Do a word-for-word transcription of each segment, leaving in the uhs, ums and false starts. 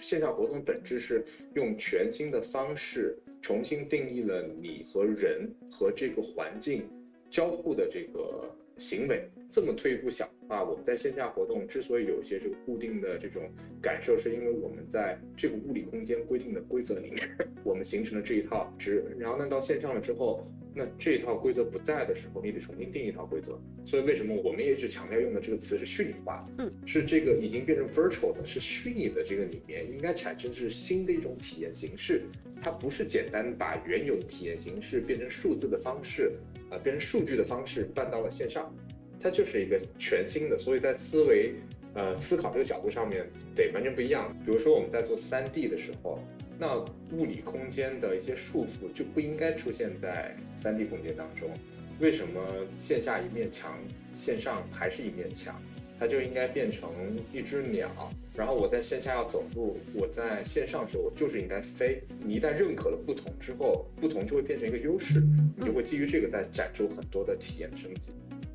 线上活动本质是用全新的方式重新定义了你和人和这个环境交互的这个行为。这么退一步想的话，我们在线下活动之所以有一些这个固定的这种感受，是因为我们在这个物理空间规定的规则里面，我们形成了这一套值。然后呢，到线上了之后，那这一套规则不在的时候，你得重新定一套规则。所以为什么我们也一直强调用的这个词是虚拟化？嗯，是这个已经变成 virtual 的，是虚拟的这个里面应该产生是新的一种体验形式。它不是简单把原有的体验形式变成数字的方式，呃，变成数据的方式搬到了线上。它就是一个全新的，所以在思维、呃思考这个角度上面得完全不一样。比如说我们在做 三 D 的时候，那物理空间的一些束缚就不应该出现在 三 D 空间当中。为什么线下一面墙，线上还是一面墙？它就应该变成一只鸟，然后我在线下要走路，我在线上的时候我就是应该飞。你一旦认可了不同之后，不同就会变成一个优势，你就会基于这个再展出很多的体验升级。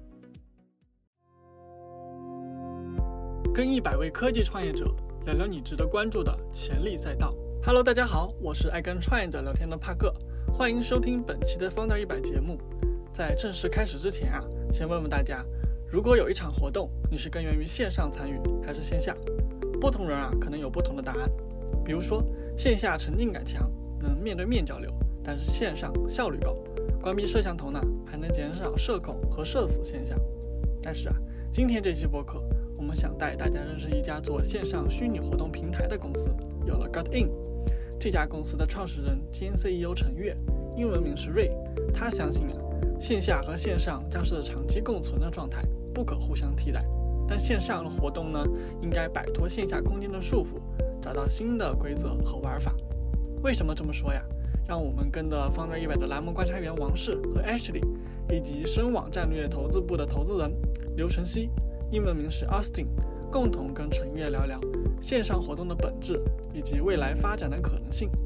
跟一百位科技创业者聊聊你值得关注的潜力赛道。Hello， 大家好，我是爱跟创业者聊天的帕克，欢迎收听本期的 Founder 一百节目。在正式开始之前啊，先问问大家，如果有一场活动，你是更愿于线上参与还是线下？不同人啊，可能有不同的答案。比如说，线下沉浸感强，能面对面交流，但是线上效率高，关闭摄像头呢，还能减少社恐和社死现象。但是啊，今天这期播客，我们想带大家认识一家做线上虚拟活动平台的公司，有了 Got In。这家公司的创始人兼 C E O 陈悦，英文名是 Ray， 他相信啊，线下和线上将是长期共存的状态，不可互相替代。但线上的活动呢，应该摆脱线下空间的束缚，找到新的规则和玩法。为什么这么说呀？让我们跟着 Founder 一百的栏目观察员王氏和 Ashley， 以及深网战略投资部的投资人刘晨曦，英文名是 Austin， 共同跟陈悦聊聊线上活动的本质以及未来发展的可能性。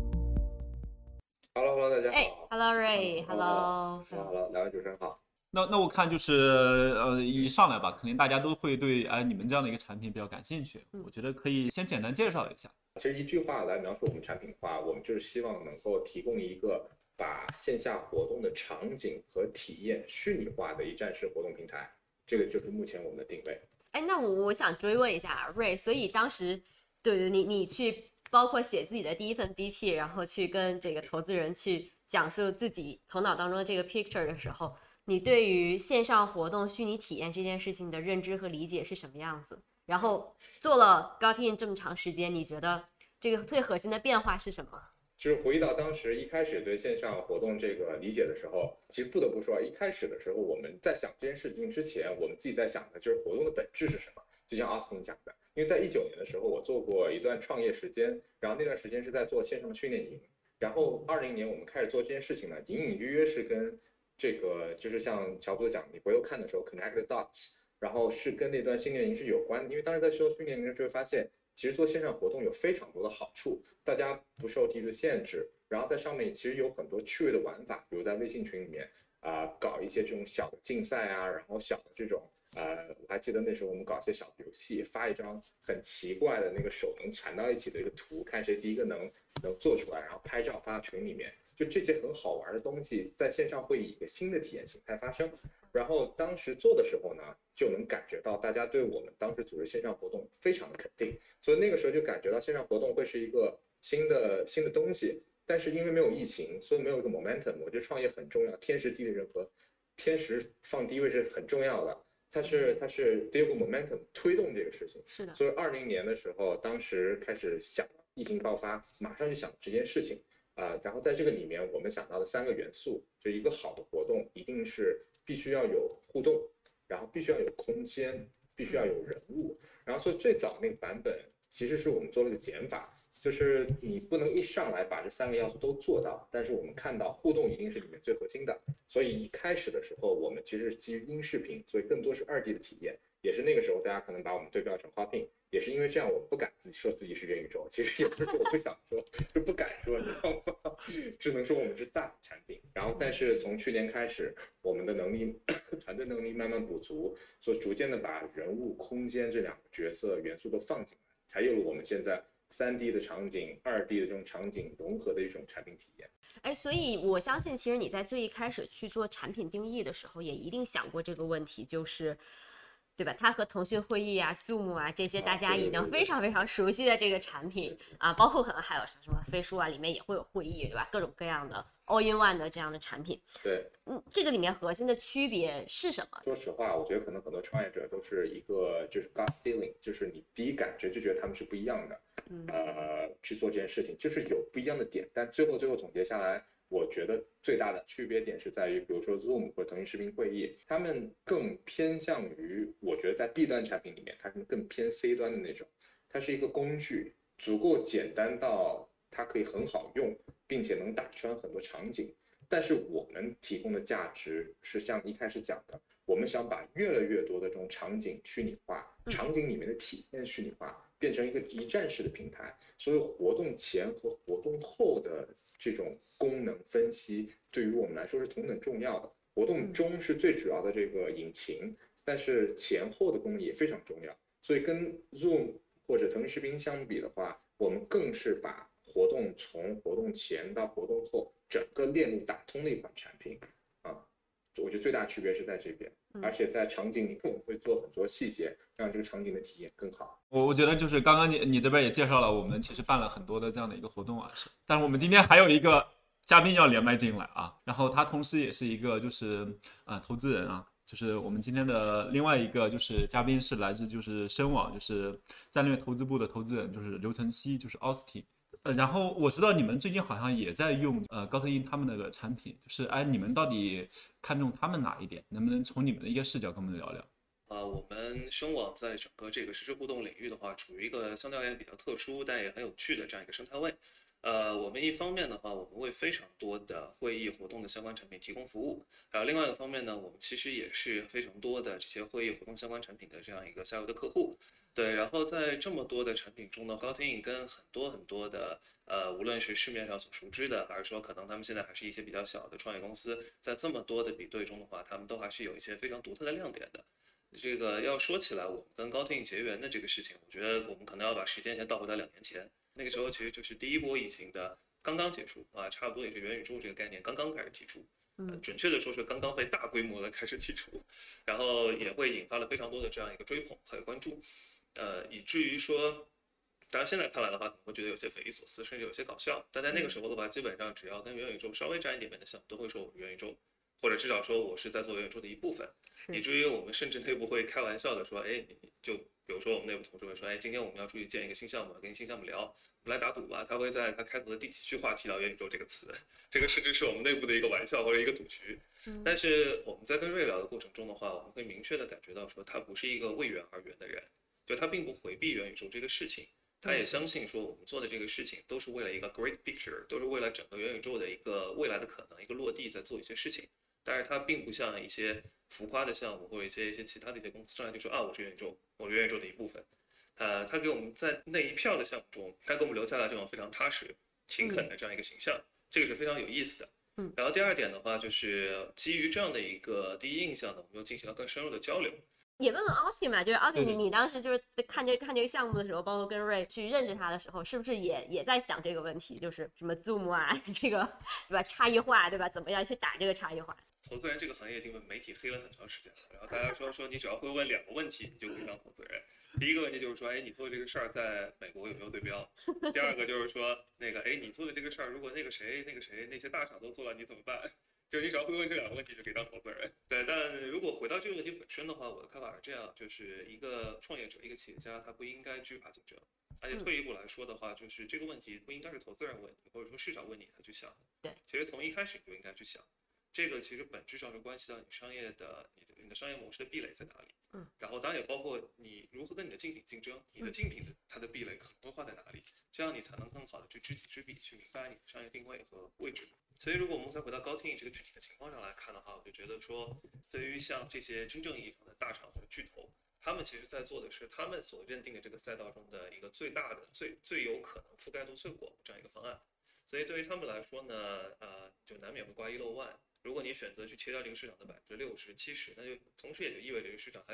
Hello Hello， 大家好。 哎 ，Hello Ray，Hello，Hello， 两位主持人好。 那那我看就是呃一上来吧，肯定大家都会对哎你们这样的一个产品比较感兴趣。嗯、我觉得可以先简单介绍一下。 其实一句话来描述我们产品的话，我们就是希望能够提供一个把线下活动的场景和体验虚拟化的一站式活动平台，这个就是目前我们的定位。 哎，那我我想追问一下 Ray， 所以当时对对你你去包括写自己的第一份 B P， 然后去跟这个投资人去讲述自己头脑当中的这个 picture 的时候，你对于线上活动虚拟体验这件事情的认知和理解是什么样子？然后做了 Got In 这么长时间，你觉得这个最核心的变化是什么？ 就是回忆到当时一开始对线上活动这个理解的时候，其实不得不说，一开始的时候我们在想这件事情之前，我们自己在想的就是活动的本质是什么。就像 Austin 讲的，因为在一九年的时候，我做过一段创业时间，然后那段时间是在做线上的训练营，然后二零年我们开始做这件事情呢，隐隐约约是跟这个就是像乔布斯讲，你回头看的时候 connect the dots， 然后是跟那段训练营是有关的，因为当时在做训练营的时候发现，其实做线上活动有非常多的好处，大家不受地域限制，然后在上面其实有很多趣味的玩法，比如在微信群里面啊、呃、搞一些这种小的竞赛啊，然后小的这种呃，我还记得那时候我们搞一些小的游戏，发一张很奇怪的那个手能缠到一起的一个图，看谁第一个能能做出来，然后拍照发到群里面，就这些很好玩的东西，在线上会以一个新的体验形态发生。然后当时做的时候呢，就能感觉到大家对我们当时组织线上活动非常的肯定，所以那个时候就感觉到线上活动会是一个新的新的东西。但是因为没有疫情，所以没有一个 momentum。我觉得创业很重要，天时地利人和，天时放第一位是很重要的。它是它是得有个 momentum 推动这个事情。 是的。 所以二零年的时候，当时开始想疫情爆发，马上就想这件事情啊、呃。然后在这个里面，我们想到的三个元素，就一个好的活动一定是必须要有互动，然后必须要有空间，必须要有人物。然后所以最早那个版本其实是我们做了个减法，就是你不能一上来把这三个要素都做到，但是我们看到互动一定是里面最核心的。所以一开始的时候，我们其实是基于音视频，所以更多是二 D 的体验。也是那个时候，大家可能把我们对标成 Hopin， 也是因为这样，我不敢自己说自己是元宇宙，其实也不是说我不想说，就不敢说，你知道吗？只能说我们是 SaaS 产品。然后，但是从去年开始，我们的能力、团队能力慢慢补足，所以逐渐的把人物、空间这两个角色元素都放进来，才有了我们现在三 D 的场景、二 D 的这种场景融合的一种产品体验。 哎，所以我相信，其实你在最一开始去做产品定义的时候，也一定想过这个问题，就是，对吧？它和腾讯会议啊、Zoom 啊这些大家已经非常非常熟悉的这个产品啊，包括可能还有什么飞书啊，里面也会有会议，对吧？各种各样的 all in one 的这样的产品。 对， 嗯，这个里面核心的区别是什么？ 说实话，我觉得可能很多创业者都是一个就是 gut feeling，就是你第一感觉就觉得他们是不一样的。呃，去做这件事情，就是有不一样的点，但最后最后总结下来，我觉得最大的区别点是在于，比如说 Zoom 或者腾讯视频会议，他们更偏向于，我觉得在 B 端产品里面，它更偏 C 端的那种，它是一个工具，足够简单到它可以很好用，并且能打穿很多场景。但是我们提供的价值是像一开始讲的，我们想把越来越多的这种场景虚拟化，场景里面的体验虚拟化，变成一个一站式的平台，所以活动前和活动后的这种功能分析对于我们来说是同等重要的。活动中是最主要的这个引擎，但是前后的功能也非常重要。所以跟 Zoom 或者腾讯视频相比的话，我们更是把活动从活动前到活动后整个链路打通的一款产品啊。我觉得最大区别是在这边，而且在场景里我们会做很多细节，让这个场景的体验更好。 我我觉得就是刚刚你你这边也介绍了，我们其实办了很多的这样的一个活动啊，但是我们今天还有一个嘉宾要连麦进来啊，然后他同时也是一个就是呃投资人啊，就是我们今天的另外一个就是嘉宾是来自就是深网就是战略投资部的投资人，就是刘晨曦，就是 Austin。呃，然后我知道你们最近好像也在用呃高特印他们那个产品，就是哎，你们到底看中他们哪一点？能不能从你们的一个视角跟我们聊聊？ 啊，我们深网在整个这个实时互动领域的话，处于一个相对而言比较特殊，但也很有趣的这样一个生态位。呃，我们一方面的话，我们为非常多的会议活动的相关产品提供服务；然后另外一个方面呢，我们其实也是非常多的这些会议活动相关产品的这样一个下游的客户。对，然后在这么多的产品中呢，高天印跟很多很多的呃，无论是市面上所熟知的，还是说可能他们现在还是一些比较小的创业公司，在这么多的比对中的话，他们都还是有一些非常独特的亮点的。这个要说起来，我们跟高天印结缘的这个事情，我觉得我们可能要把时间先倒回到两年前，那个时候其实就是第一波疫情的刚刚结束啊，差不多也是元宇宙这个概念刚刚开始提出。呃、准确的说是刚刚被大规模的开始提出，然后也会引发了非常多的这样一个追捧还有关注。呃，以至于说，当然现在看来的话，可能会觉得有些匪夷所思，甚至有些搞笑。但在那个时候的话，基本上只要跟元宇宙稍微沾一点边的项目，都会说我是元宇宙，或者至少说我是在做元宇宙的一部分。以至于我们甚至内部会开玩笑的说，哎，你就比如说我们内部同事会说，哎，今天我们要出去建一个新项目，跟新项目聊，我们来打赌吧。他会在他开头的第几句话提到元宇宙这个词，这个甚至是我们内部的一个玩笑或者一个赌局。但是我们在跟瑞聊的过程中的话，我们会明确的感觉到说，他不是一个为缘而缘的人。就他并不回避元宇宙这个事情，他也相信说我们做的这个事情都是为了一个 great picture， 都是为了整个元宇宙的一个未来的可能一个落地在做一些事情。但是他并不像一些浮夸的项目或者一些一些其他的一些公司上来就说啊我是元宇宙，我是元宇宙的一部分。呃，他给我们在那一票的项目中，他给我们留下了这种非常踏实、勤恳的这样一个形象，这个是非常有意思的。然后第二点的话，就是基于这样的一个第一印象呢，我们又进行了更深入的交流。 也问问 Austin 嘛，就是 Austin， 你你当时就是看这看这个项目的时候，包括跟瑞去认识他的时候，是不是也也在想这个问题，就是什么 Zoom 啊，这个对吧，差异化对吧，怎么样去打这个差异化？ 投资人这个行业已经被媒体黑了很长时间了，然后大家说说你只要会问两个问题，你就可以当投资人。第一个问题就是说，哎，你做这个事儿在美国有没有对标？第二个就是说，那个，哎，你做的这个事儿，如果那个谁、那个谁、那些大厂都做了，你怎么办？就你只要会问这两个问题，就可以当投资人。对，但如果回到这个问题本身的话，我的看法是这样：就是一个创业者、一个企业家，他不应该惧怕竞争。而且退一步来说的话，就是这个问题不应该是投资人问你，或者说市场问你才去想的。 对， 其实从一开始就应该去想。这个其实本质上是关系到你商业的、你的、你的商业模式的壁垒在哪里。嗯，然后当然也包括你如何跟你的竞品竞争，你的竞品的它的壁垒可能会画在哪里，这样你才能更好的去知己知彼，去明白你的商业定位和位置。所以如果我们再回到高天印这个具体的情况上来看的话，我就觉得说，对于像这些真正意义上的大厂或者巨头，他们其实在做的是他们所认定的这个赛道中的一个最大的、最最有可能覆盖度最广的这样一个方案。所以对于他们来说呢，呃，就难免会挂一漏万。如果你选择去切掉这个市场的百分之六十、七十，那就同时也就意味着这个市场还有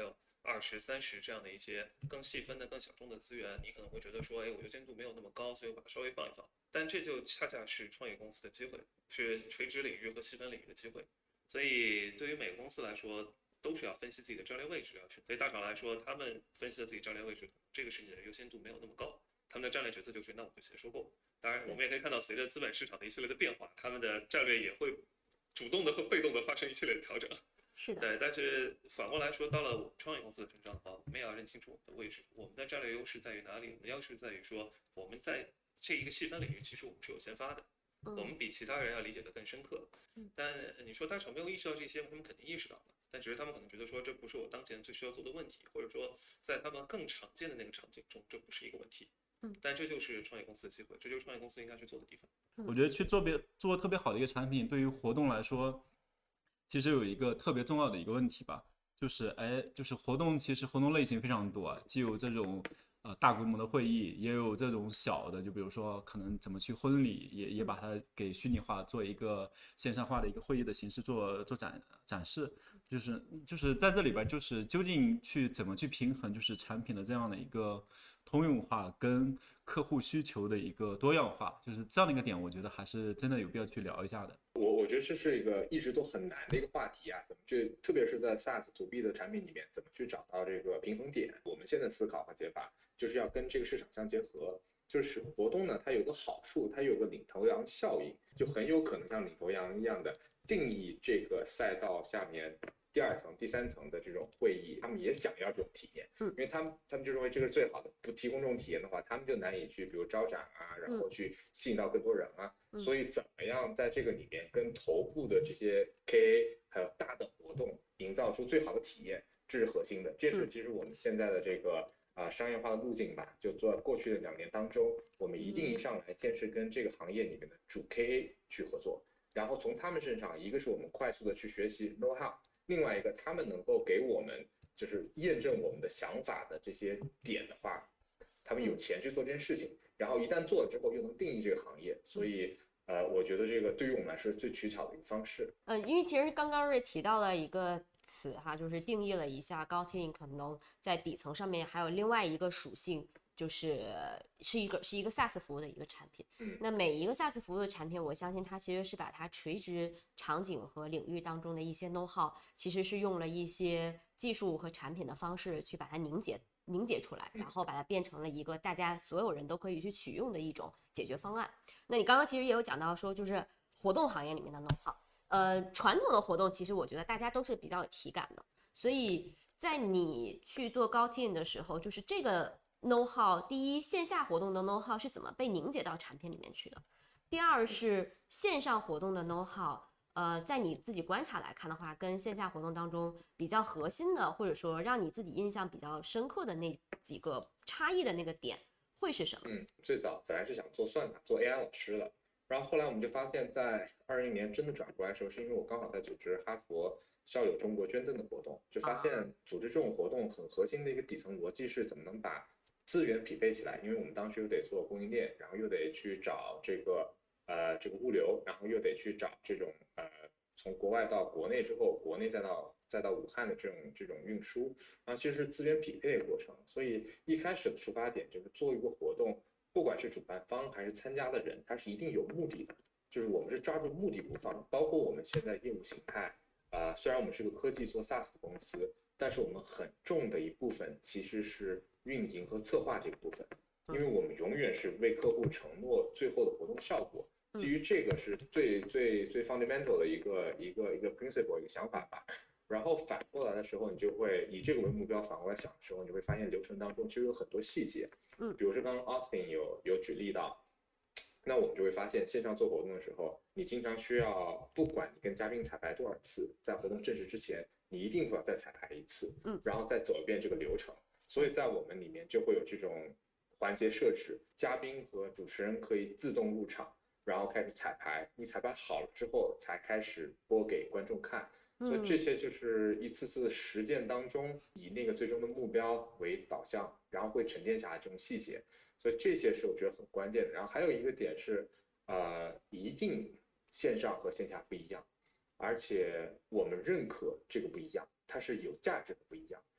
二十三十这样的一些更细分的更小众的资源，你可能会觉得说，哎，我优先度没有那么高，所以我把它稍微放一放。但这就恰恰是创业公司的机会，是垂直领域和细分领域的机会。所以对于每个公司来说，都是要分析自己的战略位置要去。对大厂来说，他们分析了自己战略位置，这个是你的优先度没有那么高，他们的战略决策就是那我就先收购。当然，我们也可以看到，随着资本市场的一系列的变化，他们的战略也会主动的和被动的发生一系列的调整。 是的， 对。但是反过来说，到了我们创业公司的成长的话，我们也要认清楚我们的位置，我们的战略优势在于哪里？我们的优势在于说，我们在这一个细分领域，其实我们是有先发的。我们比其他人要理解的更深刻，但你说大厂没有意识到这些，他们肯定意识到了，但只是他们可能觉得说这不是我当前最需要做的问题，或者说在他们更常见的那个场景中，这不是一个问题。但这就是创业公司的机会，这就是创业公司应该去做的地方。 我觉得去做别做特别好的一个产品，对于活动来说，其实有一个特别重要的一个问题吧，就是哎，就是活动其实活动类型非常多啊，既有这种。呃，大规模的会议也有这种小的，就比如说可能怎么去婚礼，也也把它给虚拟化，做一个线上化的一个会议的形式做做展展示，就是就是在这里边，就是究竟去怎么去平衡，就是产品的这样的一个通用化跟客户需求的一个多样化，就是这样的一个点，我觉得还是真的有必要去聊一下的。 我我觉得这是一个一直都很难的一个话题啊，怎么去，特别是在 SaaS to B 的产品里面，怎么去找到这个平衡点？我们现在思考和解法就是要跟这个市场相结合。就是活动呢，它有个好处，它有个领头羊效应，就很有可能像领头羊一样的定义这个赛道下面第二层、第三层的这种会议，他们也想要这种体验，因为他们他们就认为这个是最好的，不提供这种体验的话，他们就难以去比如招展啊，然后去吸引到更多人啊。所以怎么样在这个里面跟头部的这些 K A 还有大的活动营造出最好的体验，这是核心的，这是其实我们现在的这个。啊，商业化的路径吧，就做过去的两年当中，我们一定一上来先是跟这个行业里面的主 K A 去合作，然后从他们身上，一个是我们快速的去学习 know how， 另外一个他们能够给我们就是验证我们的想法的这些点的话，他们有钱去做这件事情，然后一旦做了之后又能定义这个行业，所以呃，我觉得这个对于我们来说是最取巧的一个方式。 嗯，因为其实刚刚瑞提到了一个词哈，就是定义了一下高tinting可能在底层上面还有另外一个属性，就是是一个是一个 SaaS 服务的一个产品。 嗯， 那每一个 SaaS 服务的产品，我相信它其实是把它垂直场景和领域当中的一些 know how， 其实是用了一些技术和产品的方式去把它凝结凝结出来，然后把它变成了一个大家所有人都可以去取用的一种解决方案。那你刚刚其实也有讲到说，就是活动行业里面的 know how。呃，传统的活动其实我觉得大家都是比较有体感的，所以在你去做高tinting的时候，就是这个 know how， 第一，线下活动的 know how 是怎么被凝结到产品里面去的；第二是线上活动的 know how， 呃，在你自己观察来看的话，跟线下活动当中比较核心的，或者说让你自己印象比较深刻的那几个差异的那个点会是什么？ 嗯，最早本来是想做算法，做 A I 老师了。然后后来我们就发现，在二一年真的转过来的时候，是因为我刚好在组织哈佛校友中国捐赠的活动，就发现组织这种活动很核心的一个底层逻辑是怎么能把资源匹配起来，因为我们当时又得做供应链，然后又得去找这个呃这个物流，然后又得去找这种呃从国外到国内之后，国内再到再到武汉的这种这种运输，然后其实是资源匹配的过程，所以一开始的出发点就是做一个活动。不管是主办方还是参加的人，他是一定有目的的，就是我们是抓住目的不放。包括我们现在业务形态，啊、呃，虽然我们是个科技做 SaaS 的公司，但是我们很重的一部分其实是运营和策划这个部分，因为我们永远是为客户承诺最后的活动效果。基于这个是最最最 fundamental 的一个一个一个 principle 一个想法吧。然后反过来的时候，你就会以这个为目标反过来想的时候，你会发现流程当中其实有很多细节，嗯，比如说刚刚 Austin 有有举例到，那我们就会发现线上做活动的时候，你经常需要，不管你跟嘉宾彩排多少次，在活动正式之前，你一定会要再彩排一次，嗯，然后再走一遍这个流程，所以在我们里面就会有这种环节设置，嘉宾和主持人可以自动入场，然后开始彩排，你彩排好了之后才开始播给观众看。所以这些就是一次次实践当中，以那个最终的目标为导向，然后会沉淀下来这种细节，所以这些是我觉得很关键的。然后还有一个点是，呃，一定线上和线下不一样，而且我们认可这个不一样，它是有价值的不一样。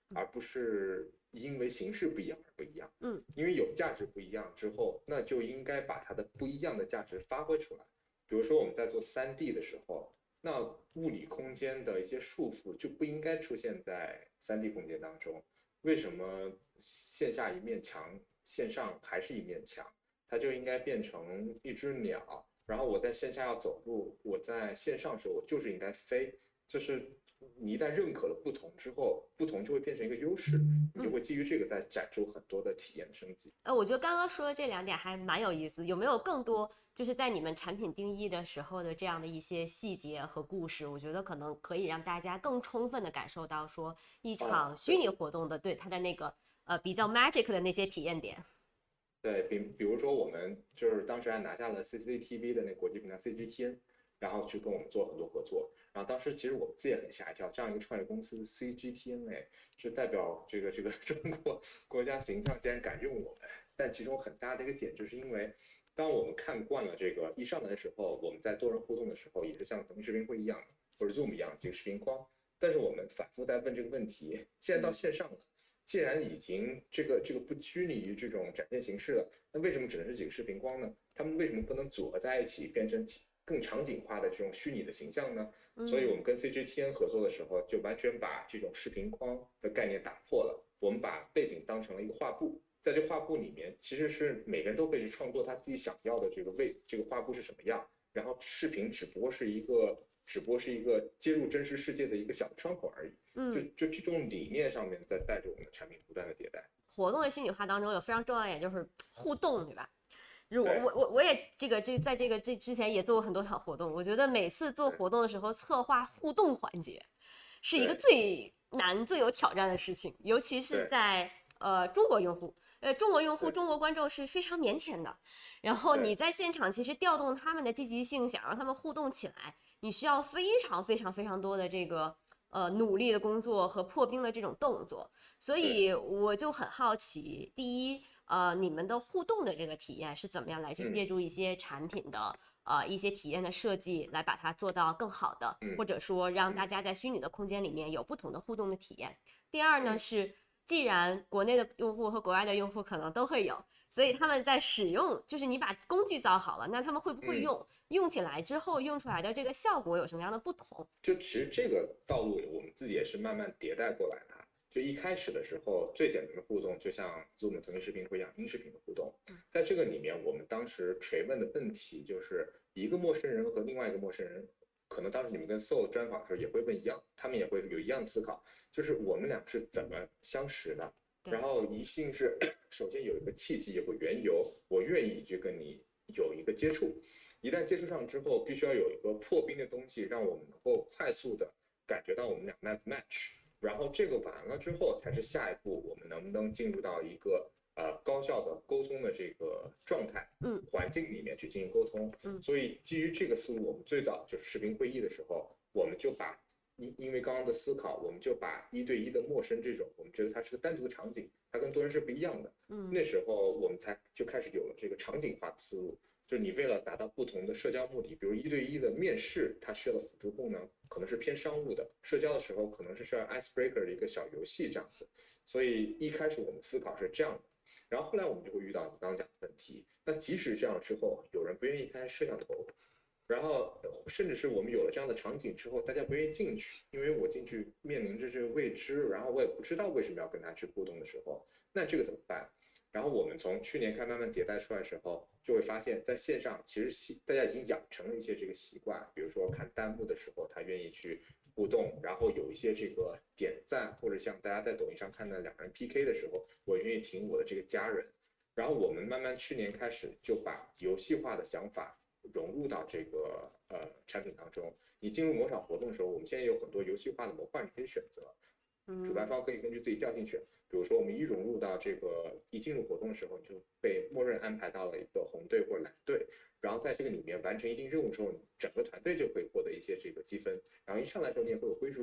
而不是因为形式不一样而不一样。 嗯， 因为有价值不一样之后，那就应该把它的不一样的价值发挥出来。比如说我们在做 三 D 的时候，那物理空间的一些束缚就不应该出现在 三 D 空间当中。为什么线下一面墙，线上还是一面墙？它就应该变成一只鸟，然后我在线下要走路，我在线上的时候我就是应该飞。就是你一旦认可了不同之后，不同就会变成一个优势，你就会基于这个再展出很多的体验升级。 呃，我觉得刚刚说的这两点还蛮有意思，有没有更多就是在你们产品定义的时候的这样的一些细节和故事？我觉得可能可以让大家更充分的感受到说一场虚拟活动的对它的那个呃比较 magic 的那些体验点。 对比，比如说我们就是当时还拿下了 C C T V 的那个国际平台 C G T N， 然后去跟我们做很多合作。然后当时其实我们自己也很吓一跳，这样一个创业公司 C G T N 哎，是代表这个这个中国国家形象，竟然敢用我们。但其中很大的一个点，就是因为当我们看惯了这个一上来的时候，我们在多人互动的时候，也是像腾讯视频会一样，或者 Zoom 一样几个视频框。但是我们反复在问这个问题，既然到线上了。既然已经这个这个不拘泥于这种展现形式了，那为什么只能是几个视频光呢？他们为什么不能组合在一起，变成更场景化的这种虚拟的形象呢？所以我们跟 C G T N 合作的时候，就完全把这种视频框的概念打破了。我们把背景当成了一个画布，在这画布里面，其实是每个人都可以去创作他自己想要的这个位，这个画布是什么样，然后视频只不过是一个。只不过是一个接入真实世界的一个小的窗口而已。 嗯， 就就这种理念上面在带着我们的产品不断的迭代。 活动的虚拟化当中有非常重要一点就是互动，对吧？就是我我我我也这个这在这个这之前也做过很多场活动，我觉得每次做活动的时候，策划互动环节是一个最难、最有挑战的事情，尤其是在呃中国用户。呃，中国用户、中国观众是非常腼腆的，然后你在现场其实调动他们的积极性，想让他们互动起来，你需要非常非常非常多的这个呃努力的工作和破冰的这种动作，所以我就很好奇，第一，呃，你们的互动的这个体验是怎么样来去借助一些产品的、嗯、呃一些体验的设计来把它做到更好的， 嗯、 或者说让大家在虚拟的空间里面有不同的互动的体验。第二呢是。既然国内的用户和国外的用户可能都会有，所以他们在使用，就是你把工具造好了，那他们会不会用？嗯、用起来之后用出来的这个效果有什么样的不同？ 就其实这个道路我们自己也是慢慢迭代过来的。就一开始的时候，最简单的互动就像 Zoom 腾讯视频会一样，音视频的互动。在这个里面，我们当时锤问的问题就是一个陌生人和另外一个陌生人。可能当时你们跟 Soul 专访的时候也会问一样，他们也会有一样的思考，就是我们俩是怎么相识的，然后一定是首先有一个契机，有个缘由，我愿意去跟你有一个接触，一旦接触上之后，必须要有一个破冰的东西，让我们能够快速的感觉到我们俩 match， 然后这个完了之后，才是下一步我们能不能进入到一个呃高效的沟通的这个状态， 嗯， 环境里面去进行沟通， 嗯， 所以基于这个思路，我们最早就是视频会议的时候，我们就把因因为刚刚的思考，我们就把一对一的陌生这种，我们觉得它是个单独的场景，它跟多人是不一样的， 嗯， 那时候我们才就开始有了这个场景化的思路，就是你为了达到不同的社交目的，比如一对一的面试，它需要的辅助功能可能是偏商务的，社交的时候可能是需要 icebreaker 的一个小游戏这样子，所以一开始我们思考是这样的。然后后来我们就会遇到你刚刚讲的问题，那即使这样之后，有人不愿意开摄像头，然后甚至是我们有了这样的场景之后，大家不愿意进去，因为我进去面临着这个未知，然后我也不知道为什么要跟他去互动的时候，那这个怎么办？然后我们从去年开慢慢迭代出来的时候，就会发现在线上其实习大家已经养成了一些这个习惯，比如说看弹幕的时候，他愿意去互动，然后有一些这个点赞，或者像大家在抖音上看到两个人 P K 的时候，我愿意挺我的这个家人。然后我们慢慢去年开始就把游戏化的想法融入到这个呃产品当中。你进入某场活动的时候，我们现在有很多游戏化的模块你可以选择，主办方可以根据自己调性选。比如说我们一融入到这个一进入活动的时候，你就被默认安排到了一个红队或者蓝队，然后在这个里面完成一定任务之后，整个团队就会获得一些这个积分，然后一上来之后你也会有归属感。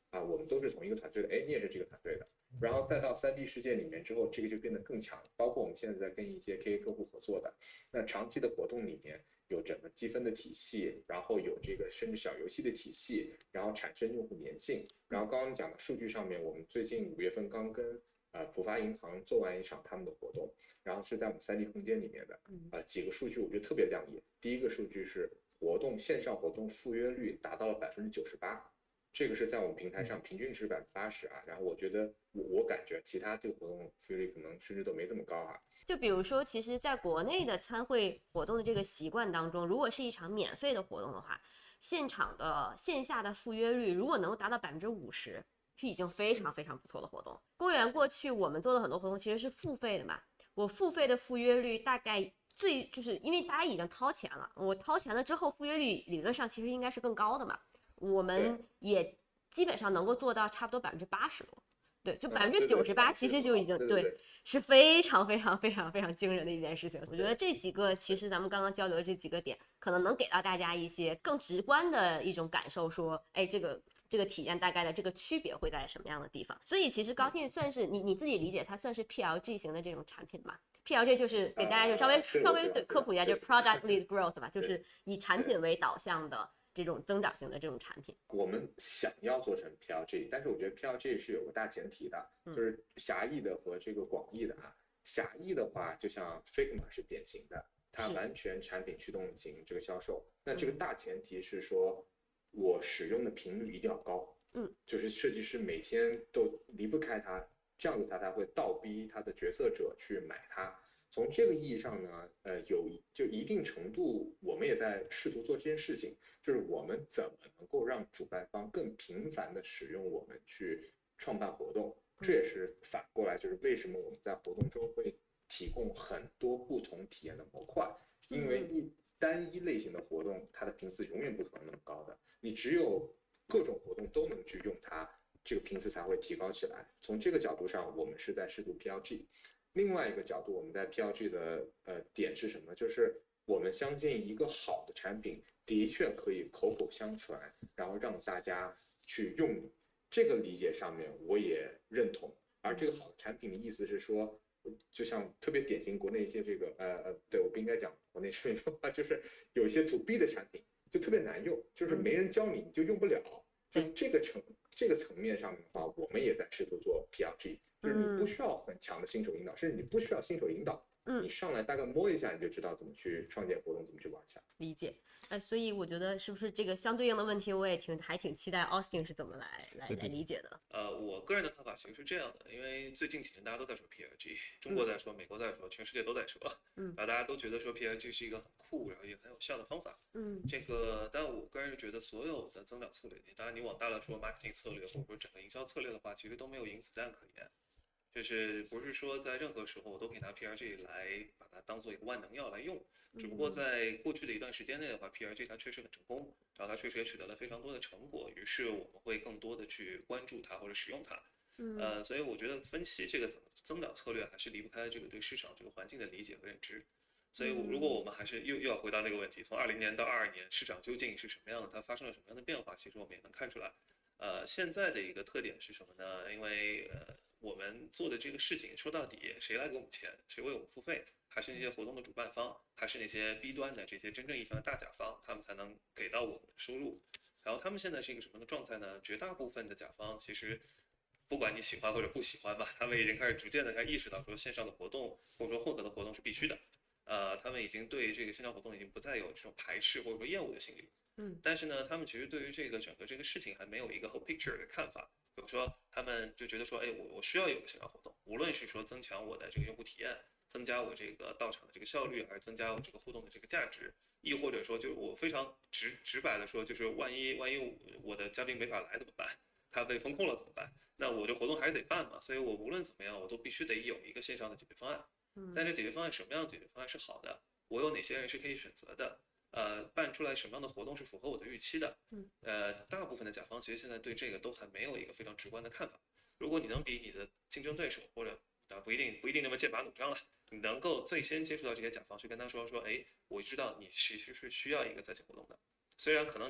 啊，我们都是同一个团队的，哎，你也是这个团队的。然后再到 三 D 世界里面之后，这个就变得更强。包括我们现在在跟一些 K A 客户合作的，那长期的活动里面有整个积分的体系，然后有这个甚至小游戏的体系，然后产生用户粘性。然后刚刚讲的数据上面，我们最近五月份刚跟呃浦发银行做完一场他们的活动，然后是在我们 三 D 空间里面的，啊、呃、几个数据我觉得特别亮眼。第一个数据是活动线上活动赴约率达到了百分之九十八。这个是在我们平台上平均值百分之八十啊，然后我觉得我我感觉其他这个活动费率可能甚至都没这么高啊。 就比如说，其实在国内的参会活动的这个习惯当中，如果是一场免费的活动的话，现场的线下的赴约率如果能够达到百分之五十，是已经非常非常不错的活动。公园过去我们做的很多活动其实是付费的嘛，我付费的赴约率大概最就是因为大家已经掏钱了，我掏钱了之后赴约率理论上其实应该是更高的嘛。我们也基本上能够做到差不多百分之八十多，对，就百分之九十八，其实就已经对，是非常非常非常非常惊人的一件事情。我觉得这几个其实咱们刚刚交流的这几个点，可能能给到大家一些更直观的一种感受，说，哎，这个这个体验大概的这个区别会在什么样的地方？所以其实高听算是你你自己理解，它算是 P L G 型的这种产品嘛？P L G 就是给大家就稍微稍微对科普一下，就是 Product Lead Growth 吧，就是以产品为导向的。这种增长型的这种产品， 我们想要做成 P L G， 但是我觉得 P L G 是有个大前提的，就是狭义的和这个广义的啊。狭义的话，就像 Figma 是典型的，它完全产品驱动型这个销售。那这个大前提是说，我使用的频率一定要高， 嗯， 就是设计师每天都离不开它，这样子他才会倒逼他的决策者去买它。从这个意义上呢，呃，有就一定程度，我们也在试图做这件事情，就是我们怎么能够让主办方更频繁的使用我们去创办活动，这也是反过来就是为什么我们在活动中会提供很多不同体验的模块，因为一单一类型的活动，它的频次永远不可能那么高的，你只有各种活动都能去用它，这个频次才会提高起来。从这个角度上，我们是在试图 P L G。另外一个角度，我们在 P L G 的呃点是什么？就是我们相信一个好的产品的确可以口口相传，然后让大家去用你。这个理解上面我也认同。而这个好的产品的意思是说，就像特别典型国内一些这个呃呃，对我不应该讲国内产品说话，就是有一些 to B 的产品就特别难用，就是没人教你你就用不了。就这个层这个层面上面的话，我们也在试图做 P L G。就是你不需要很强的新手引导，甚至你不需要新手引导，嗯，你上来大概摸一下你就知道怎么去创建活动，怎么去玩一下。 理解，哎，所以我觉得是不是这个相对应的问题，我也挺还挺期待 Austin 是怎么来来来理解的。 呃，我个人的看法其实是这样的，因为最近几年大家都在说 P L G， 中国在说，美国在说，全世界都在说，嗯，然后大家都觉得说 P L G 是一个很酷，然后也很有效的方法，嗯，这个，但我个人是觉得所有的增长策略，当然你往大了说 marketing 策略或者说整个营销策略的话，其实都没有赢子弹可言。就是不是说在任何时候我都可以拿 P R G 来把它当做一个万能药来用，只不过在过去的一段时间内的话 ，P R G 它确实很成功，然后它确实也取得了非常多的成果，于是我们会更多的去关注它或者使用它。呃，所以我觉得分析这个增增长策略还是离不开这个对市场这个环境的理解和认知。所以如果我们还是又又要回到那个问题，从二零年到二二年市场究竟是什么样的，它发生了什么样的变化，其实我们也能看出来。呃，现在的一个特点是什么呢？因为呃。我们做的这个事情，说到底，谁来给我们钱，谁为我们付费，还是那些活动的主办方，还是那些 B 端的这些真正意义上的大甲方，他们才能给到我们的收入。然后他们现在是一个什么样的状态呢？绝大部分的甲方其实，不管你喜欢或者不喜欢吧，他们已经开始逐渐的开始意识到说线上的活动或者说混合的活动是必须的。呃，他们已经对这个线上活动已经不再有这种排斥或者说厌恶的心理。嗯，但是呢，他们其实对于这个整个这个事情还没有一个 whole picture 的看法。比如说，他们就觉得说，哎，我我需要有个线上活动，无论是说增强我的这个用户体验，增加我这个到场的这个效率，还是增加我这个互动的这个价值，亦或者说，就我非常直直白的说，就是万一万一我的嘉宾没法来怎么办？他被封控了怎么办？那我这活动还是得办嘛，所以我无论怎么样，我都必须得有一个线上的解决方案。但这解决方案什么样的解决方案是好的？我有哪些人是可以选择的？呃，办出来什么样的活动是符合我的预期的？嗯，呃，大部分的甲方其实现在对这个都还没有一个非常直观的看法。如果你能比你的竞争对手，或者啊不一定不一定那么剑拔弩张了，你能够最先接触到这些甲方，去跟他说说，哎，我知道你其实是需要一个在线活动的，虽然可能你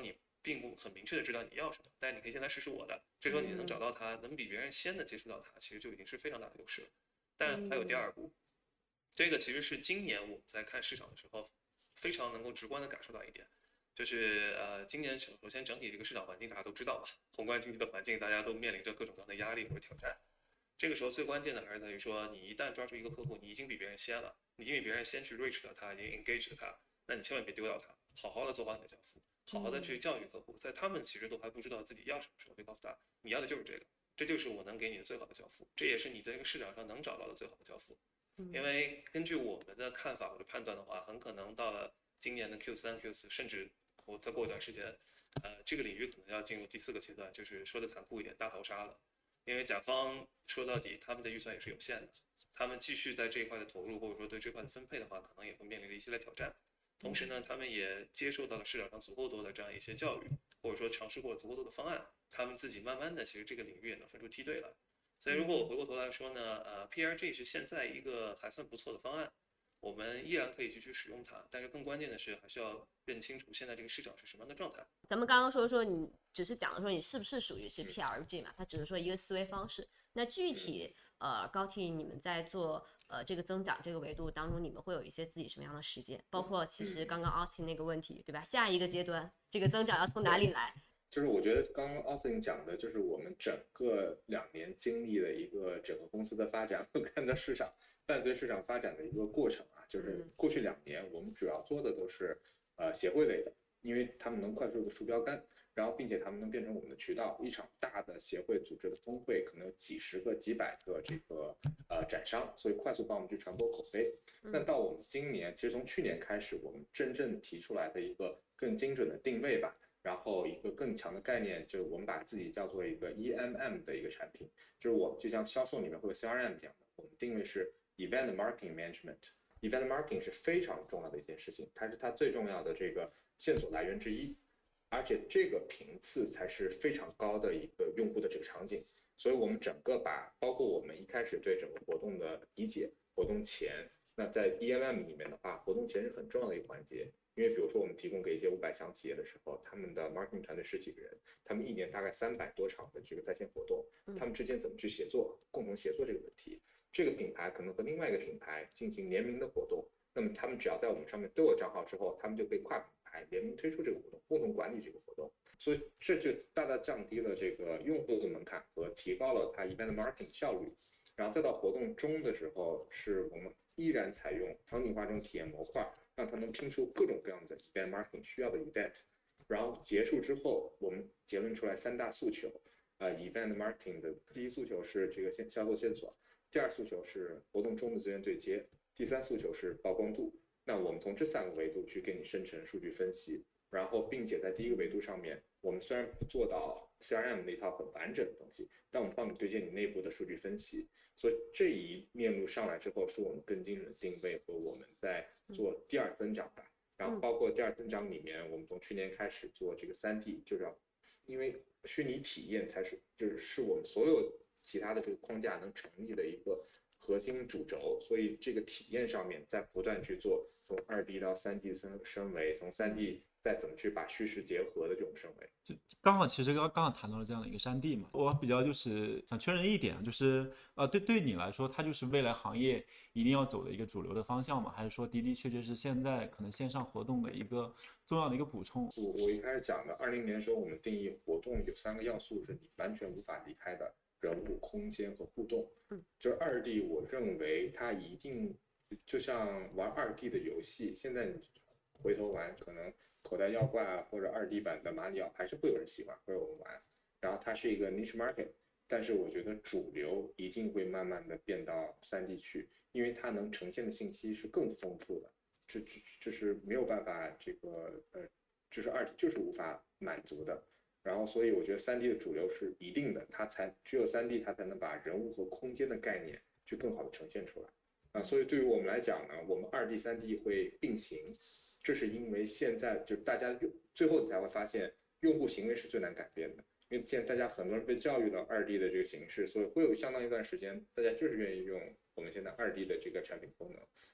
并不很明确的知道你要什么，但是你可以先来试试我的，这时候你能找到它，能比别人先的接触到它，其实就已经是非常大的优势了。但还有第二步，这个其实是今年我们在看市场的时候非常能够直观的感受到一点。就是呃，今年首先整体这个市场环境大家都知道吧，宏观经济的环境大家都面临着各种各样的压力或者挑战。这个时候最关键的还是在于说，你一旦抓住一个客户，你已经比别人先了，你已经比别人先去 reach 到他，已经 engage 了他，那你千万别丢掉他，好好的做好你的交付，好好的去教育客户，在他们其实都还不知道自己要什么时候，会告诉他你要的就是这个，这就是我能给你的最好的交付，这也是你在这个市场上能找到的最好的交付。因为根据我们的看法或者判断的话，很可能到了今年的 Q 三、Q 四，甚至我再过一段时间，呃，这个领域可能要进入第四个阶段，就是说的残酷一点，大逃杀了。因为甲方说到底，他们的预算也是有限的，他们继续在这一块的投入，或者说对这块的分配的话，可能也会面临着一系列挑战。同时呢，他们也接受到了市场上足够多的这样一些教育，或者说尝试过足够多的方案，他们自己慢慢的，其实这个领域也能分出梯队来。所以如果我回过头来说呢，呃 ，P R G 是现在一个还算不错的方案。我们依然可以继续使用它，但是更关键的是，还是要认清楚现在这个市场是什么样的状态。 咱们刚刚说说你只是讲了说你是不是属于是 P R G 嘛，它只是说一个思维方式。那具体呃高 T 你们在做呃这个增长这个维度当中，你们会有一些自己什么样的实践？包括其实刚刚 Austin 那个问题，对吧？下一个阶段这个增长要从哪里来？ 就是我觉得刚刚 Austin 讲的，就是我们整个两年经历的一个整个公司的发展和看到市场伴随市场发展的一个过程啊。就是过去两年我们主要做的都是呃协会类的，因为他们能快速的树标杆，然后并且他们能变成我们的渠道。一场大的协会组织的峰会，可能有几十个、几百个这个呃展商，所以快速帮我们去传播口碑。但到我们今年，其实从去年开始，我们真正提出来的一个更精准的定位吧。然后一个更强的概念，就是我们把自己叫做一个 E M M 的一个产品，就是我就像销售里面会有 C R M 一样的，我们定位是 Event Marketing Management。Event Marketing 是非常重要的一件事情，它是它最重要的这个线索来源之一，而且这个频次才是非常高的一个用户的这个场景。所以我们整个把包括我们一开始对整个活动的理解，活动前，那在 E M M 里面的话，活动前是很重要的一个环节。因为比如说我们提供给一些五百强企业的时候，他们的 marketing 团队十几个人，他们一年大概三百多场的这个在线活动，他们之间怎么去协作，共同协作这个问题，这个品牌可能和另外一个品牌进行联名的活动，那么他们只要在我们上面都有账号之后，他们就可以跨品牌联名推出这个活动，共同管理这个活动，所以这就大大降低了这个用户的门槛和提高了它 event marketing 效率。然后再到活动中的时候，是我们依然采用场景化这种体验模块，让它能拼出各种各样的 event marketing 需要的 event。然后结束之后，我们结论出来三大诉求。呃 ，event marketing 的第一诉求是这个线销售线索，第二诉求是活动中的资源对接，第三诉求是曝光度。那我们从这三个维度去给你生成数据分析，然后并且在第一个维度上面，我们虽然不做到 C R M 那套很完整的东西，但我们帮你对接你内部的数据分析。所以这一面路上来之后，是我们更精准的定位和我们在做第二增长吧。然后包括第二增长里面，我们从去年开始做这个三 D， 就是要因为虚拟体验才是就是是我们所有其他的这个框架能成立的一个核心主轴，所以这个体验上面在不断去做从二 D 到三 D 升升维，从三 D 再怎么去把虚实结合的这种升维。 就刚好其实刚刚好谈到了这样的一个山地嘛，我比较就是想确认一点，就是呃对对你来说，它就是未来行业一定要走的一个主流的方向吗？还是说的的确确是现在可能线上活动的一个重要的一个补充？ 我我一开始讲的二零年的时候，我们定义活动有三个要素是你完全无法离开的。人物、空间和互动，嗯，就是二 D， 我认为它一定就像玩二 D 的游戏，现在你回头玩，可能口袋妖怪或者二 D 版的马里奥还是会有人喜欢，会有人玩。然后它是一个 niche market， 但是我觉得主流一定会慢慢的变到三 D 去，因为它能呈现的信息是更丰富的，这这这是没有办法这个呃，就是二 D 就是无法满足的。然后，所以我觉得三 D 的主流是一定的，它才只有三 D 它才能把人物和空间的概念去更好的呈现出来啊。所以对于我们来讲呢，我们二 D、三 D 会并行，这是因为现在就大家最后你才会发现，用户行为是最难改变的，因为现在大家很多人被教育到二 D 的这个形式，所以会有相当一段时间，大家就是愿意用我们现在二 D 的这个产品功能。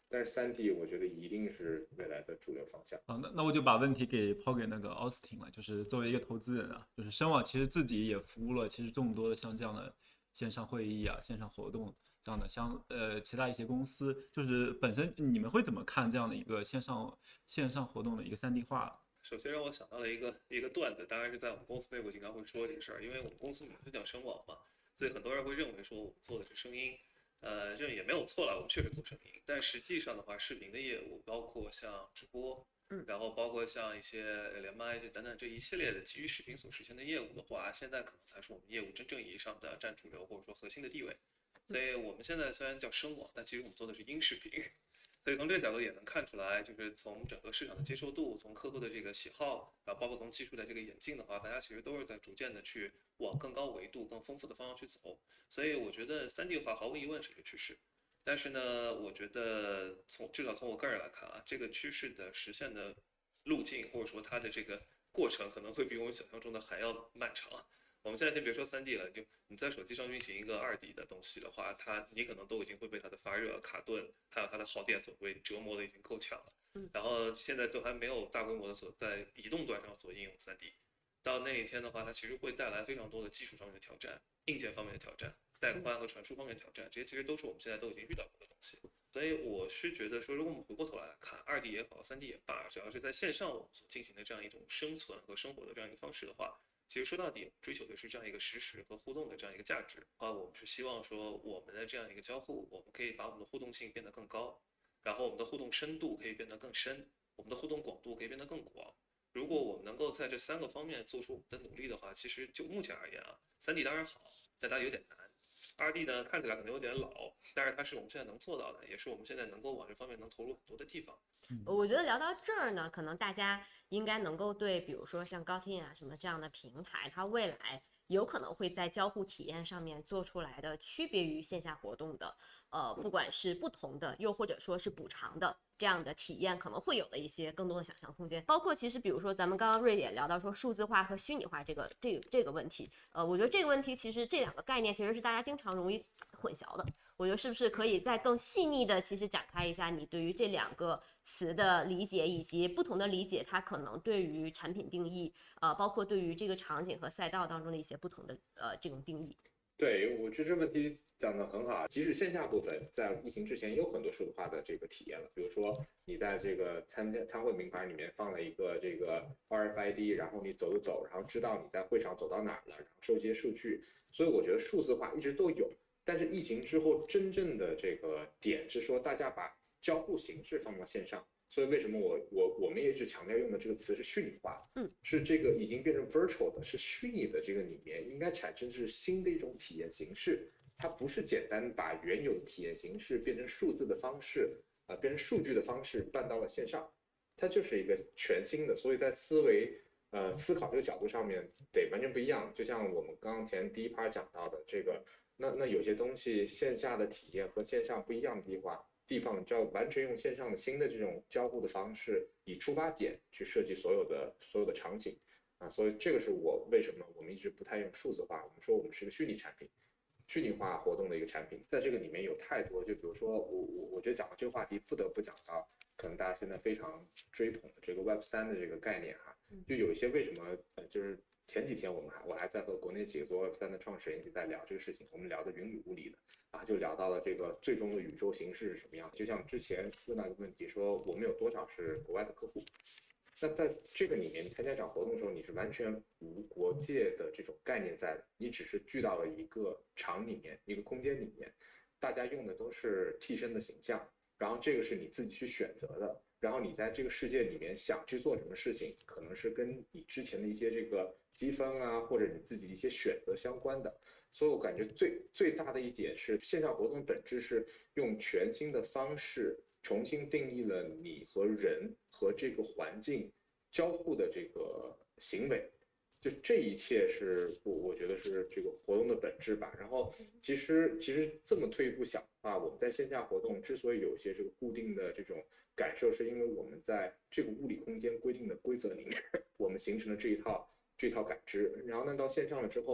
但是三 D 我觉得一定是未来的主流方向。 啊，那那我就把问题给抛给那个奥斯汀了，就是作为一个投资人啊，就是深网其实自己也服务了其实众多的像这样的线上会议啊、线上活动这样的像呃其他一些公司，就是本身你们会怎么看这样的一个线上线上活动的一个三 D 化？ 首先让我想到了一个一个段子，当然是在我们公司内部经常会说这个事儿，因为我们公司名字叫声网嘛，所以很多人会认为说我们做的是声音。呃，这也没有错了，我们确实做声音，但实际上的话，视频的业务包括像直播， 嗯， 然后包括像一些连麦等等这一系列的基于视频所实现的业务的话，现在可能才是我们业务真正意义上的占主流或者说核心的地位。所以我们现在虽然叫声网，但其实我们做的是音视频。所以从这个角度也能看出来，就是从整个市场的接受度，从客户的这个喜好，然后包括从技术的这个演进的话，大家其实都是在逐渐的去往更高维度、更丰富的方向去走。所以我觉得三 D 化毫无疑问是一个趋势。但是呢，我觉得从至少从我个人来看啊，这个趋势的实现的路径或者说它的这个过程可能会比我们想象中的还要漫长。我们现在先别说三 D 了，就你在手机上运行一个二 D 的东西的话，它你可能都已经会被它的发热、卡顿，还有它的耗电所谓折磨的已经够呛了。然后现在都还没有大规模的所在移动端上所应用三 D。到那一天的话，它其实会带来非常多的技术上面的挑战、硬件方面的挑战、带宽和传输方面的挑战，这些其实都是我们现在都已经遇到过的东西。所以我是觉得说，如果我们回过头来看二 D 也好，三 D 也罢，只要是在线上我们所进行的这样一种生存和生活的这样一个方式的话，其实说到底追求的是这样一个实时和互动的这样一个价值啊，我们是希望说我们的这样一个交互，我们可以把我们的互动性变得更高，然后我们的互动深度可以变得更深，我们的互动广度可以变得更广。如果我们能够在这三个方面做出我们的努力的话，其实就目前而言啊，三 D 当然好，但它有点难。二 D 呢看起来可能有点老，但是它是我们现在能做到的，也是我们现在能够往这方面能投入很多的地方。 我觉得聊到这儿呢，可能大家应该能够对，比如说像高听啊什么这样的平台，它未来有可能会在交互体验上面做出来的区别于线下活动的，呃，不管是不同的，又或者说是补偿的这样的体验，可能会有的一些更多的想象空间。包括其实比如说咱们刚刚瑞也聊到说数字化和虚拟化这个这个这个问题，呃，我觉得这个问题其实这两个概念其实是大家经常容易混淆的。我觉得是不是可以再更细腻的其实展开一下你对于这两个词的理解，以及不同的理解它可能对于产品定义，呃，包括对于这个场景和赛道当中的一些不同的呃这种定义。 对，我觉得这问题讲得很好。即使线下部分在疫情之前有很多数字化的这个体验了，比如说你在这个参加参会名牌里面放了一个这个 R F I D， 然后你走一走，然后知道你在会场走到哪儿了，然后收集数据。所以我觉得数字化一直都有。但是疫情之后，真正的这个点是说，大家把交互形式放到线上，所以为什么我我我们也一直强调用的这个词是虚拟化， 嗯， 是这个已经变成 virtual 的，是虚拟的这个里面应该产生是新的一种体验形式，它不是简单把原有的体验形式变成数字的方式啊、呃，变成数据的方式搬到了线上，它就是一个全新的，所以在思维。呃，思考这个角度上面得完全不一样，就像我们刚刚前第一 part 讲到的这个。那那有些东西线下的体验和线上不一样的地方，地方就要完全用线上的新的这种交互的方式，以出发点去设计所有的所有的场景啊，所以这个是我为什么我们一直不太用数字化，我们说我们是个虚拟产品，虚拟化活动的一个产品，在这个里面有太多，就比如说我我我觉得讲到这个话题不得不讲到，可能大家现在非常追捧的这个 Web 三的这个概念哈，就有一些为什么呃就是。前几天我们还我还在和国内几个做 Web 三的创始人一起在聊这个事情，我们聊的云里雾里的啊，就聊到了这个最终的宇宙形式是什么样。就像之前问到一个问题，说我们有多少是国外的客户？那在这个里面，你参加一场活动的时候，你是完全无国界的这种概念在的，你只是聚到了一个场里面，一个空间里面，大家用的都是替身的形象，然后这个是你自己去选择的。然后你在这个世界里面想去做什么事情，可能是跟你之前的一些这个积分啊，或者你自己的一些选择相关的。所以我感觉最最大的一点是，线上活动本质是用全新的方式重新定义了你和人和这个环境交互的这个行为。就这一切是我我觉得是这个活动的本质吧。然后其实其实这么退一步想的话，我们在线下活动之所以有一些这个固定的这种感受，是因为我们在这个物理空间规定的规则里面，我们形成了这一套这一套感知。然后呢，到线上了之后，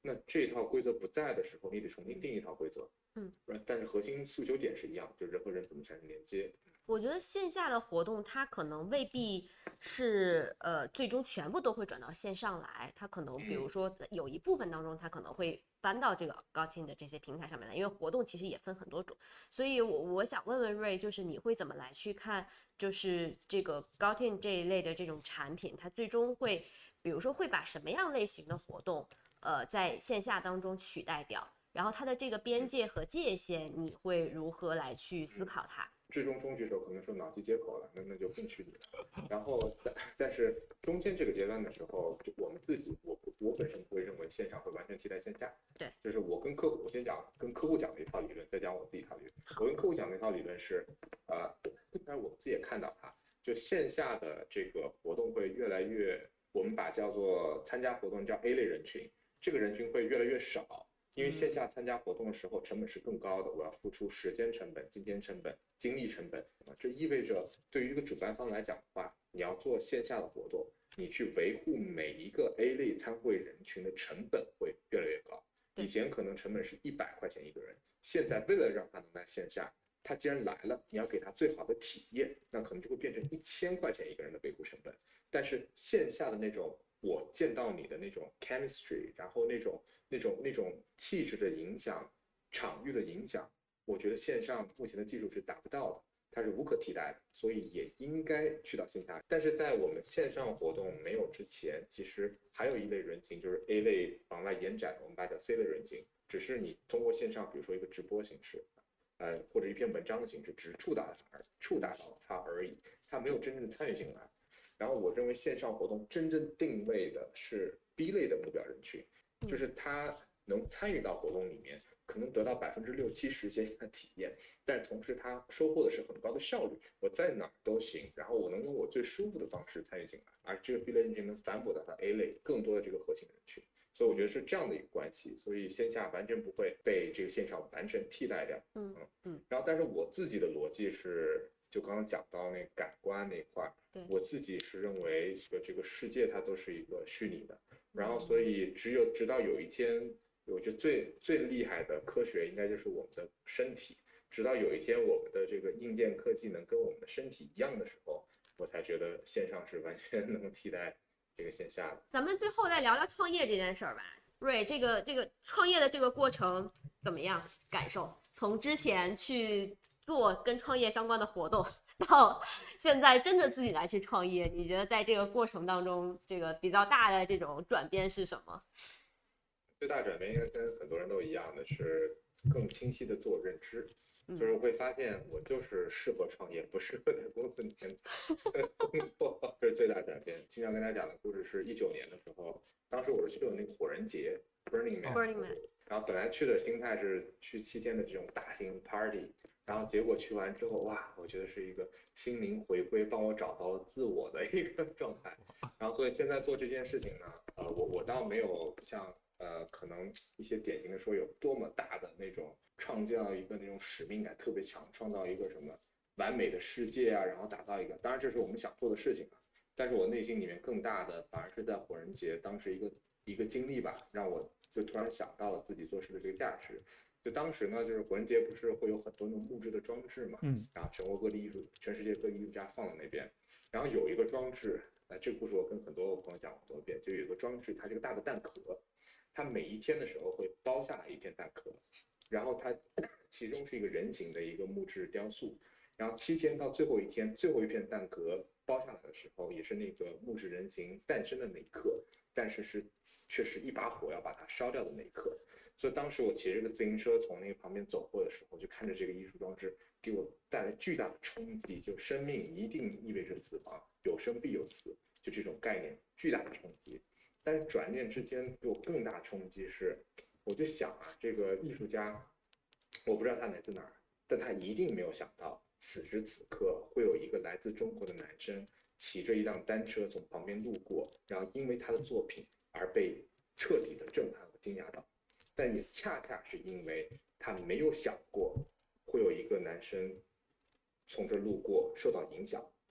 那这一套规则不在的时候，你得重新定一套规则。 嗯， 但是核心诉求点是一样，就人和人怎么产生连接。 我觉得线下的活动它可能未必是呃最终全部都会转到线上来，它可能比如说有一部分当中它可能会搬到这个 Gautin 的这些平台上面来，因为活动其实也分很多种，所以我我想问问瑞，就是你会怎么来去看，就是这个 Gautin 这一类的这种产品，它最终会比如说会把什么样类型的活动呃在线下当中取代掉？然后它的这个边界和界限，你会如何来去思考它？ 至中中级时候可能说脑机接口了，那那就更去你了。然后但但是中间这个阶段的时候，就我们自己，我我本身不会认为线上会完全替代线下。 对， 就是我跟客户，我先讲跟客户讲的一套理论，再讲我自己一套理论。我跟客户讲的一套理论是，呃，但是我们自己也看到它，就线下的这个活动会越来越，我们把叫做参加活动叫 A 类人群，这个人群会越来越少。因为线下参加活动的时候成本是更高的，我要付出时间成本、金钱成本、精力成本，这意味着对于一个主办方来讲的话，你要做线下的活动，你去维护每一个 A 类参会人群的成本会越来越高。以前可能成本是一百块钱一个人，现在为了让他能在线下，他既然来了，你要给他最好的体验，那可能就会变成一千块钱一个人的维护成本。但是线下的那种我见到你的那种 chemistry， 然后那种那种那种气质的影响、场域的影响，我觉得线上目前的技术是达不到的，它是无可替代的，所以也应该去到线下。但是在我们线上活动没有之前，其实还有一类人群，就是 A 类往外延展，我们把它叫 C 类人群，只是你通过线上，比如说一个直播形式，呃，或者一篇文章的形式，只是触达它，触达到它而已，它没有真正的参与进来。然后我认为线上活动真正定位的是 B 类的目标人群，就是他能参与到活动里面，可能得到百分之六七十线下的体验，但同时他收获的是很高的效率，我在哪儿都行，然后我能用我最舒服的方式参与进来，而这个 B 类人群能反哺到他 A 类更多的这个核心人群，所以我觉得是这样的一个关系，所以线下完全不会被这个线上完全替代掉。 嗯嗯。 然后，但是我自己的逻辑是，就刚刚讲到那感官那块，我自己是认为这个世界它都是一个虚拟的，然后所以只有直到有一天，我觉得最最厉害的科学应该就是我们的身体，直到有一天我们的这个硬件科技能跟我们的身体一样的时候，我才觉得线上是完全能替代这个线下的。 咱们最后再聊聊创业这件事儿吧，瑞，这个这个创业的这个过程怎么样？感受？从之前去做跟创业相关的活动，到现在真的自己来去创业，你觉得在这个过程当中，这个比较大的这种转变是什么？ 最大转变应该跟很多人都一样的是更清晰的自我认知，就是我会发现我就是适合创业，不适合在公司里面工作，这是最大转变。经常跟大家讲的故事是一九年的时候，当时我是去了那个火人节 Burning Man， 然后本来去的心态是去七天的这种大型 party， 然后结果去完之后，哇，我觉得是一个心灵回归，帮我找到了自我的一个状态。然后所以现在做这件事情呢，呃，我我倒没有像呃可能一些典型的说有多么大的那种创造一个那种使命感特别强，创造一个什么完美的世界啊，然后打造一个，当然这是我们想做的事情啊。但是我内心里面更大的反而是在火人节当时一个一个经历吧，让我就突然想到了自己做事的这个价值。就当时呢，就是火人节不是会有很多那种木质的装置嘛，嗯，然后全国各地艺术，全世界各地艺术家放在那边，然后有一个装置，呃，这个故事我跟很多朋友讲过很多遍，就有一个装置，它是个大的蛋壳，它每一天的时候会包下来一片蛋壳，然后它其中是一个人形的一个木质雕塑，然后七天到最后一天，最后一片蛋壳包下来的时候，也是那个木质人形诞生的那一刻，但是是却是一把火要把它烧掉的那一刻。所以当时我骑着个自行车从那个旁边走过的时候，就看着这个艺术装置给我带来巨大的冲击，就生命一定意味着死亡，有生必有死，就这种概念巨大的冲击。但是转念之间给我更大冲击是，我就想啊，这个艺术家，我不知道他来自哪儿，但他一定没有想到此时此刻会有一个来自中国的男生骑着一辆单车从旁边路过，然后因为他的作品而被彻底的震撼和惊讶到。但也恰恰是因为他没有想过会有一个男生从这路过受到影响，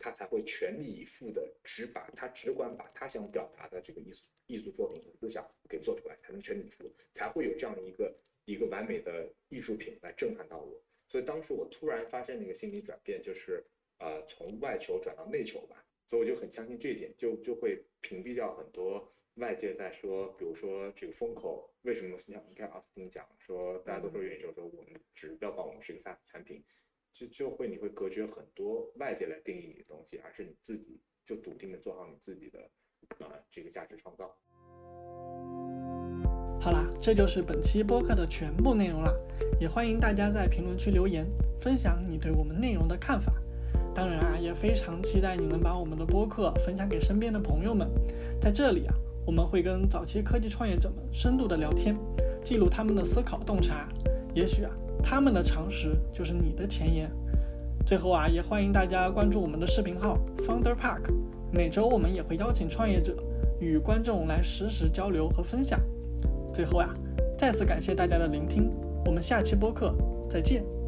他才会全力以赴的只把他只管把他想表达的这个艺术艺术作品和思想给做出来，才能全力以赴，才会有这样的一个一个完美的艺术品来震撼到我。所以当时我突然发生了一个心理转变，就是呃从外求转到内求吧。所以我就很相信这一点，就就会屏蔽掉很多外界在说，比如说这个风口为什么像你看奥斯汀讲说，大家都说元宇宙说我们只标榜我们是一个 SaaS 产品，就就会你会隔绝很多外界来定义你的东西，而是你自己就笃定的做好你自己的啊、呃、这个价值创造。 好啦，这就是本期播客的全部内容啦，也欢迎大家在评论区留言，分享你对我们内容的看法。当然啊，也非常期待你能把我们的播客分享给身边的朋友们。在这里啊，我们会跟早期科技创业者们深度的聊天，记录他们的思考洞察。也许啊，他们的常识就是你的前沿。最后啊，也欢迎大家关注我们的视频号 Founder Park， 每周我们也会邀请创业者与观众来实时交流和分享。最后啊，再次感谢大家的聆听，我们下期播客再见。